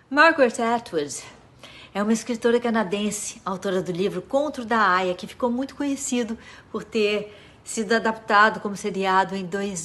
Margaret Atwood é uma escritora canadense, autora do livro Conto da Aia, que ficou muito conhecido por ter sido adaptado como seriado em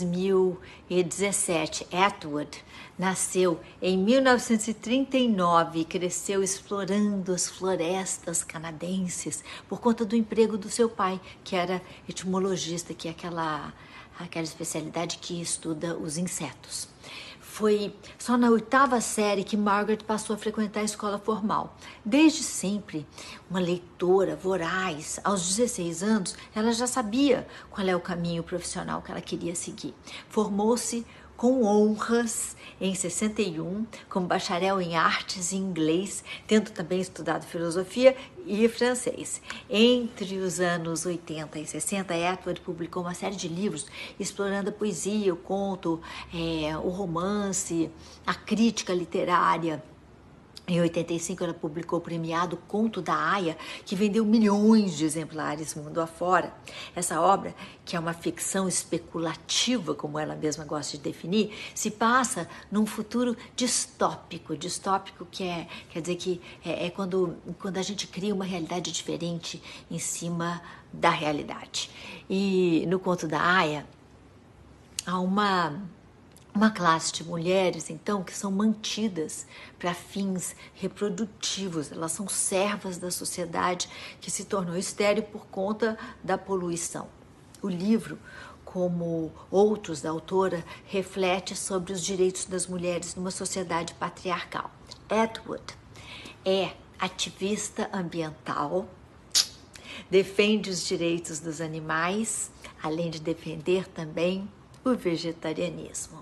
2017. Atwood nasceu em 1939 e cresceu explorando as florestas canadenses por conta do emprego do seu pai, que era entomologista, que é aquela especialidade que estuda os insetos. Foi só na 8ª série que Margaret passou a frequentar a escola formal. Desde sempre, uma leitora voraz, aos 16 anos, ela já sabia qual é o caminho profissional que ela queria seguir. Formou-se com honras em 61, como bacharel em artes e inglês, tendo também estudado filosofia e francês. Entre os anos 80 e 60, Atwood publicou uma série de livros explorando a poesia, o conto, o romance, a crítica literária. Em 85, ela publicou o premiado Conto da Aia, que vendeu milhões de exemplares mundo afora. Essa obra, que é uma ficção especulativa, como ela mesma gosta de definir, se passa num futuro distópico. Distópico quer dizer que é quando a gente cria uma realidade diferente em cima da realidade. E no Conto da Aia, há uma classe de mulheres, então, que são mantidas para fins reprodutivos. Elas são servas da sociedade que se tornou estéril por conta da poluição. O livro, como outros da autora, reflete sobre os direitos das mulheres numa sociedade patriarcal. Atwood é ativista ambiental, defende os direitos dos animais, além de defender também o vegetarianismo.